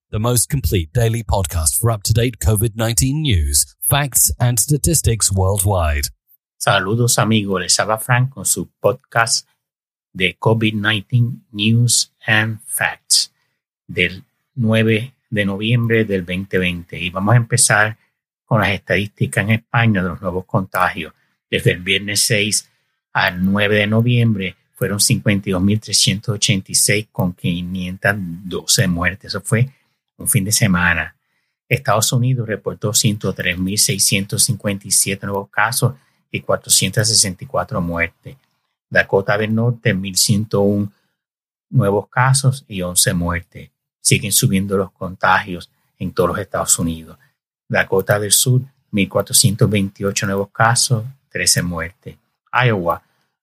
the most complete daily podcast for up-to-date COVID-19 news, facts, and statistics worldwide. Saludos amigos, les habla Frank con su podcast de COVID-19 News and Facts del 9 de noviembre del 2020. Y vamos a empezar con las estadísticas en España de los nuevos contagios. Desde el viernes 6 al 9 de noviembre fueron 52.386 con 512 muertes. Eso fue un fin de semana. Estados Unidos reportó 103.657 nuevos casos y 464 muertes. Dakota del Norte, 1.101 nuevos casos y 11 muertes. Siguen subiendo los contagios en todos los Estados Unidos. Dakota del Sur, 1.428 nuevos casos, 13 muertes. Iowa,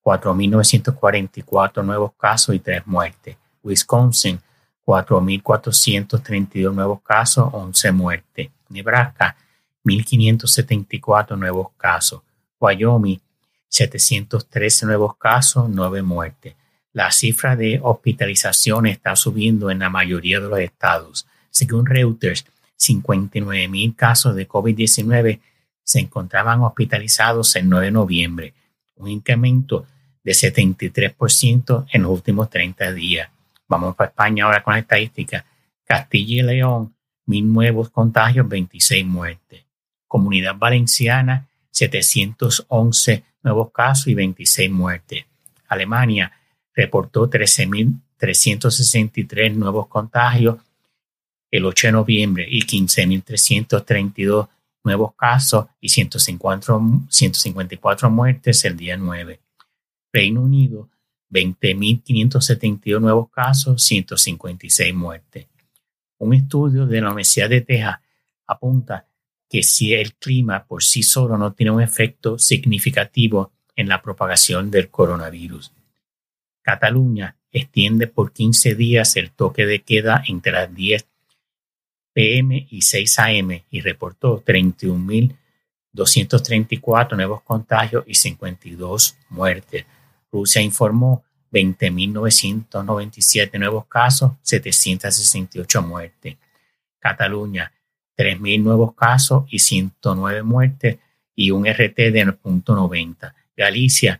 4.944 nuevos casos y 3 muertes. Wisconsin, 4.432 nuevos casos, 11 muertes. Nebraska, 1.574 nuevos casos. Wyoming, 713 nuevos casos, 9 muertes. La cifra de hospitalizaciones está subiendo en la mayoría de los estados. Según Reuters, 59.000 casos de COVID-19 se encontraban hospitalizados el 9 de noviembre, un incremento de 73% en los últimos 30 días. Vamos para España ahora con la estadística. Castilla y León, 1.000 nuevos contagios, 26 muertes. Comunidad Valenciana, 711 nuevos casos y 26 muertes. Alemania reportó 13.363 nuevos contagios el 8 de noviembre y 15.332 nuevos casos y 154 muertes el día 9. Reino Unido, 20.572 nuevos casos, 156 muertes. Un estudio de la Universidad de Texas apunta que si el clima por sí solo no tiene un efecto significativo en la propagación del coronavirus. Cataluña extiende por 15 días el toque de queda entre las 10 p.m. y 6 a.m. y reportó 31.234 nuevos contagios y 52 muertes. Rusia informó 20.997 nuevos casos, 768 muertes. Cataluña, 3.000 nuevos casos y 109 muertes y un RT de 0.90. Galicia,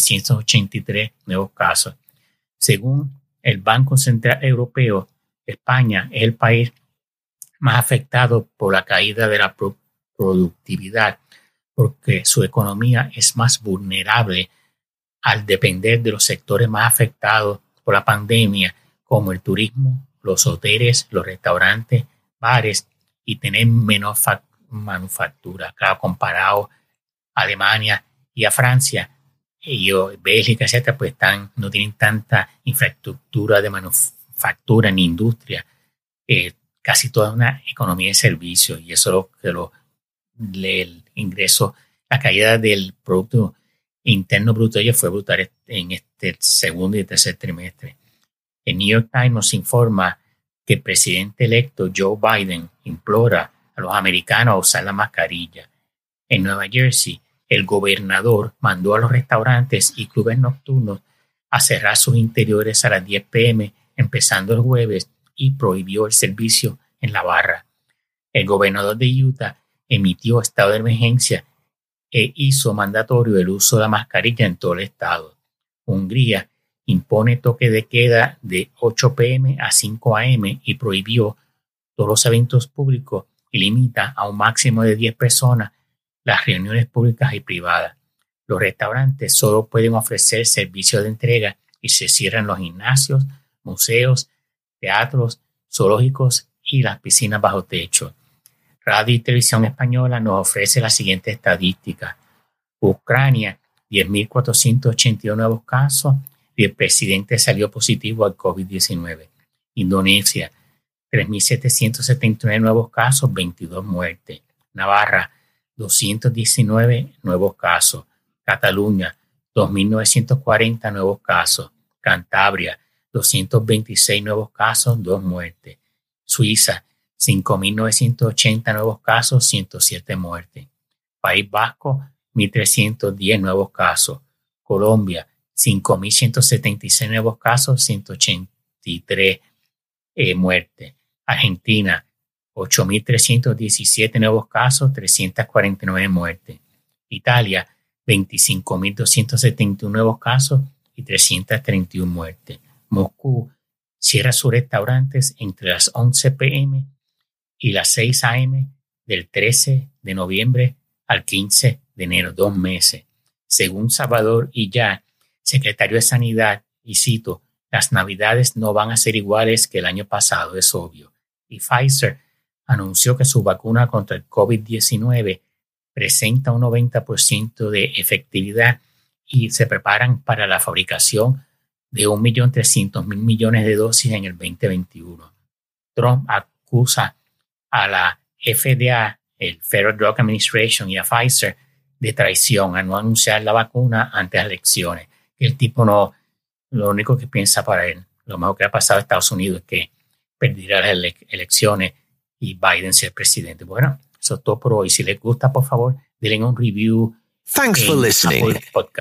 383 nuevos casos. Según el Banco Central Europeo, España es el país más afectado por la caída de la productividad porque su economía es más vulnerable al depender de los sectores más afectados por la pandemia, como el turismo, los hoteles, los restaurantes, bares, y tener menos manufactura. Claro, comparado a Alemania y a Francia, y Bélgica, etcétera, pues no tienen tanta infraestructura de manufactura ni industria. Casi toda una economía de servicios, y eso es lo que el ingreso, la caída del Producto Interno Bruto de ellos fue brutal en este segundo y tercer trimestre. El New York Times nos informa que el presidente electo Joe Biden implora a los americanos a usar la mascarilla. En Nueva Jersey, el gobernador mandó a los restaurantes y clubes nocturnos a cerrar sus interiores a las 10 p.m. empezando el jueves y prohibió el servicio en la barra. El gobernador de Utah emitió estado de emergencia e hizo mandatorio el uso de la mascarilla en todo el estado. Hungría impone toque de queda de 8 p.m. a 5 a.m. y prohibió todos los eventos públicos y limita a un máximo de 10 personas las reuniones públicas y privadas. Los restaurantes solo pueden ofrecer servicios de entrega y se cierran los gimnasios, museos, teatros, zoológicos y las piscinas bajo techo. Radio y Televisión Española nos ofrece la siguiente estadística. Ucrania, 10.482 nuevos casos y el presidente salió positivo al COVID-19. Indonesia, 3.779 nuevos casos, 22 muertes. Navarra, 219 nuevos casos. Cataluña, 2.940 nuevos casos. Cantabria, 226 nuevos casos, 2 muertes. Suiza, 5.980 nuevos casos, 107 muertes. País Vasco, 1.310 nuevos casos. Colombia, 5.176 nuevos casos, 183 muertes. Argentina, 8.317 nuevos casos, 349 muertes. Italia, 25.271 nuevos casos y 331 muertes. Moscú cierra sus restaurantes entre las 11 p.m. y las 6 a.m. del 13 de noviembre al 15 de enero, 2 meses. Según Salvador Illa, secretario de Sanidad, y cito, las navidades no van a ser iguales que el año pasado, es obvio. Y Pfizer anunció que su vacuna contra el COVID-19 presenta un 90% de efectividad y se preparan para la fabricación de 1.300.000 millones de dosis en el 2021. Trump acusa a la FDA, el Federal Drug Administration, y a Pfizer de traición a no anunciar la vacuna antes de las elecciones. El tipo no, lo único que piensa para él, lo mejor que ha pasado a Estados Unidos es que perderá las elecciones y Biden sea el presidente. Bueno, eso es todo por hoy. Si les gusta, por favor, denle un review. Thanks for listening.